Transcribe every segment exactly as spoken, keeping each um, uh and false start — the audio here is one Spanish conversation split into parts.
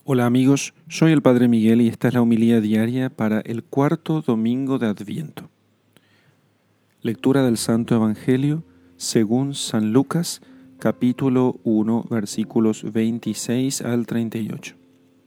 Hola amigos, soy el Padre Miguel y esta es la homilía diaria para el cuarto domingo de Adviento. Lectura del Santo Evangelio según San Lucas, capítulo uno, versículos veintiséis al treinta y ocho.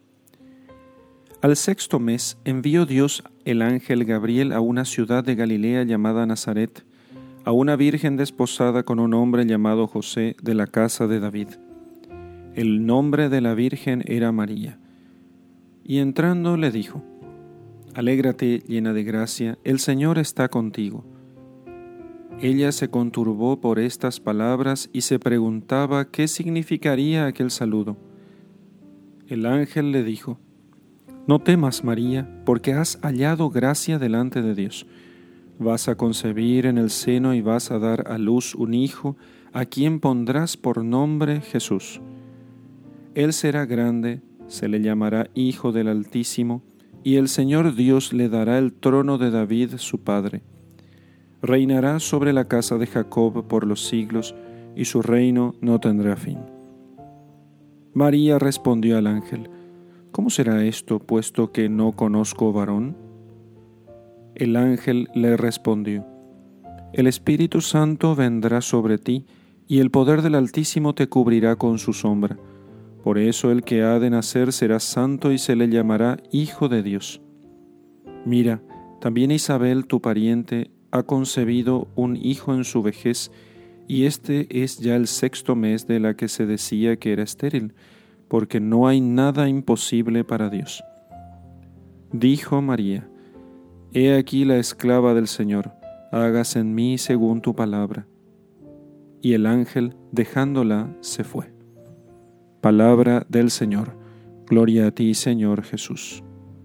Al sexto mes envió Dios el ángel Gabriel a una ciudad de Galilea llamada Nazaret, a una virgen desposada con un hombre llamado José de la casa de David. El nombre de la virgen era María. Y entrando le dijo: Alégrate, llena de gracia, el Señor está contigo. Ella se conturbó por estas palabras y se preguntaba qué significaría aquel saludo. El ángel le dijo: No temas, María, porque has hallado gracia delante de Dios. Vas a concebir en el seno y vas a dar a luz un hijo, a quien pondrás por nombre Jesús. Él será grande, se le llamará Hijo del Altísimo, y el Señor Dios le dará el trono de David su padre. Reinará sobre la casa de Jacob por los siglos, y su reino no tendrá fin. María respondió al ángel: ¿Cómo será esto, puesto que no conozco varón? El ángel le respondió: El Espíritu Santo vendrá sobre ti, y el poder del Altísimo te cubrirá con su sombra. Por eso el que ha de nacer será santo y se le llamará Hijo de Dios. Mira, también Isabel, tu pariente, ha concebido un hijo en su vejez, y este es ya el sexto mes de la que se decía que era estéril, porque no hay nada imposible para Dios. Dijo María: He aquí la esclava del Señor, hágase en mí según tu palabra. Y el ángel, dejándola, se fue. Palabra del Señor. Gloria a ti, Señor Jesús.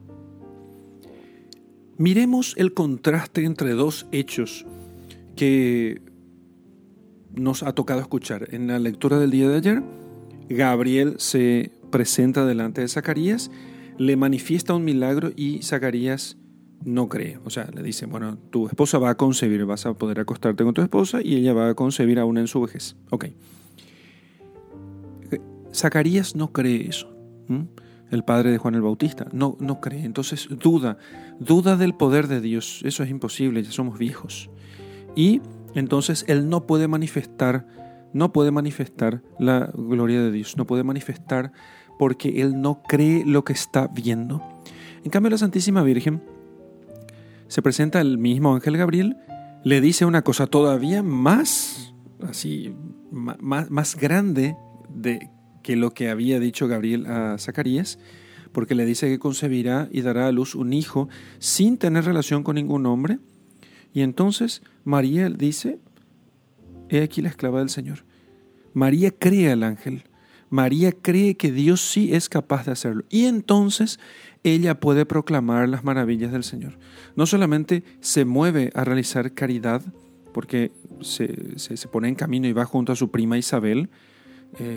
Miremos el contraste entre dos hechos que nos ha tocado escuchar. En la lectura del día de ayer, Gabriel se presenta delante de Zacarías, le manifiesta un milagro y Zacarías no cree. O sea, le dice: bueno, tu esposa va a concebir, vas a poder acostarte con tu esposa y ella va a concebir aún en su vejez. Ok. Zacarías no cree eso. ¿Mm? El padre de Juan el Bautista no, no cree. Entonces duda, duda del poder de Dios. Eso es imposible, ya somos viejos. Y entonces él no puede manifestar, no puede manifestar la gloria de Dios, no puede manifestar porque él no cree lo que está viendo. En cambio, la Santísima Virgen se presenta el mismo ángel Gabriel, le dice una cosa todavía más, así, más, más grande de que lo que había dicho Gabriel a Zacarías, porque le dice que concebirá y dará a luz un hijo sin tener relación con ningún hombre. Y entonces María dice: He aquí la esclava del Señor. María cree al ángel. María cree que Dios sí es capaz de hacerlo. Y entonces ella puede proclamar las maravillas del Señor. No solamente se mueve a realizar caridad, porque se, se, se pone en camino y va junto a su prima Isabel, eh,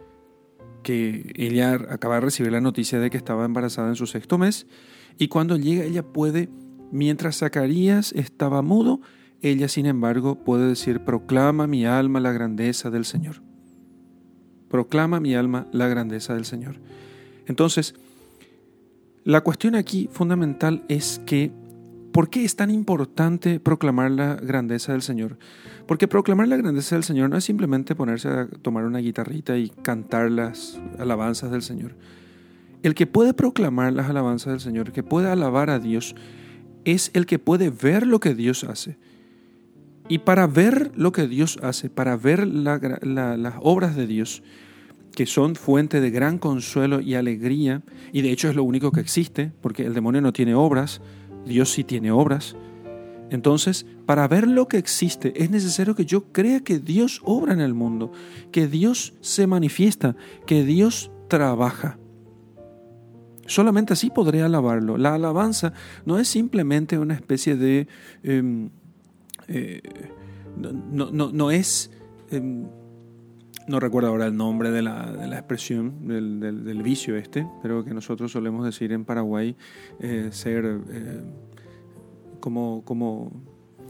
que ella acaba de recibir la noticia de que estaba embarazada en su sexto mes, y cuando llega ella puede, mientras Zacarías estaba mudo, ella sin embargo puede decir: proclama mi alma la grandeza del Señor. Proclama mi alma la grandeza del Señor. Entonces, la cuestión aquí fundamental es que ¿por qué es tan importante proclamar la grandeza del Señor? Porque proclamar la grandeza del Señor no es simplemente ponerse a tomar una guitarrita y cantar las alabanzas del Señor. El que puede proclamar las alabanzas del Señor, el que puede alabar a Dios, es el que puede ver lo que Dios hace. Y para ver lo que Dios hace, para ver la, la, las obras de Dios, que son fuente de gran consuelo y alegría, y de hecho es lo único que existe, porque el demonio no tiene obras, Dios sí tiene obras. Entonces, para ver lo que existe, es necesario que yo crea que Dios obra en el mundo, que Dios se manifiesta, que Dios trabaja. Solamente así podré alabarlo. La alabanza no es simplemente una especie de... Eh, eh, no, no, no es... Eh, no recuerdo ahora el nombre de la, de la expresión, del, del, del vicio este, pero que nosotros solemos decir en Paraguay, eh, ser... Eh, Como, como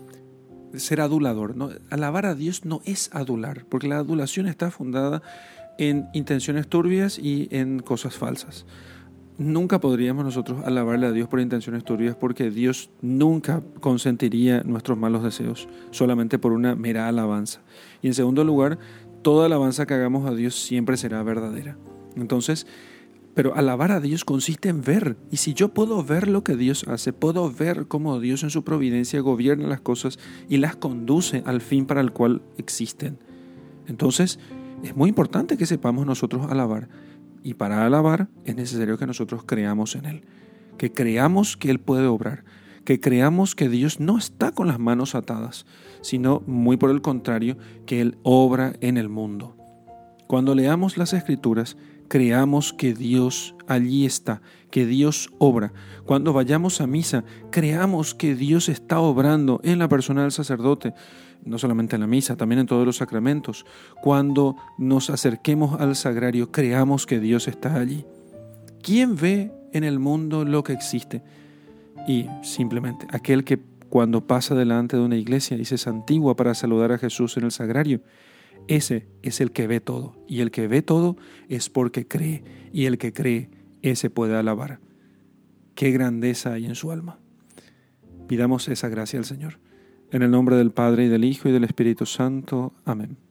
ser adulador, ¿no? Alabar a Dios no es adular, porque la adulación está fundada en intenciones turbias y en cosas falsas. Nunca podríamos nosotros alabarle a Dios por intenciones turbias, porque Dios nunca consentiría nuestros malos deseos solamente por una mera alabanza. Y en segundo lugar, toda alabanza que hagamos a Dios siempre será verdadera. Entonces, pero alabar a Dios consiste en ver. Y si yo puedo ver lo que Dios hace, puedo ver cómo Dios en su providencia gobierna las cosas y las conduce al fin para el cual existen. Entonces, es muy importante que sepamos nosotros alabar. Y para alabar es necesario que nosotros creamos en Él, que creamos que Él puede obrar, que creamos que Dios no está con las manos atadas, sino muy por el contrario, que Él obra en el mundo. Cuando leamos las Escrituras, creamos que Dios allí está, que Dios obra. Cuando vayamos a misa, creamos que Dios está obrando en la persona del sacerdote, no solamente en la misa, también en todos los sacramentos. Cuando nos acerquemos al sagrario, creamos que Dios está allí. ¿Quién ve en el mundo lo que existe? Y simplemente aquel que cuando pasa delante de una iglesia y se santigua para saludar a Jesús en el sagrario, ese es el que ve todo. Y el que ve todo es porque cree. Y el que cree, ese puede alabar. Qué grandeza hay en su alma. Pidamos esa gracia al Señor. En el nombre del Padre, y del Hijo, y del Espíritu Santo. Amén.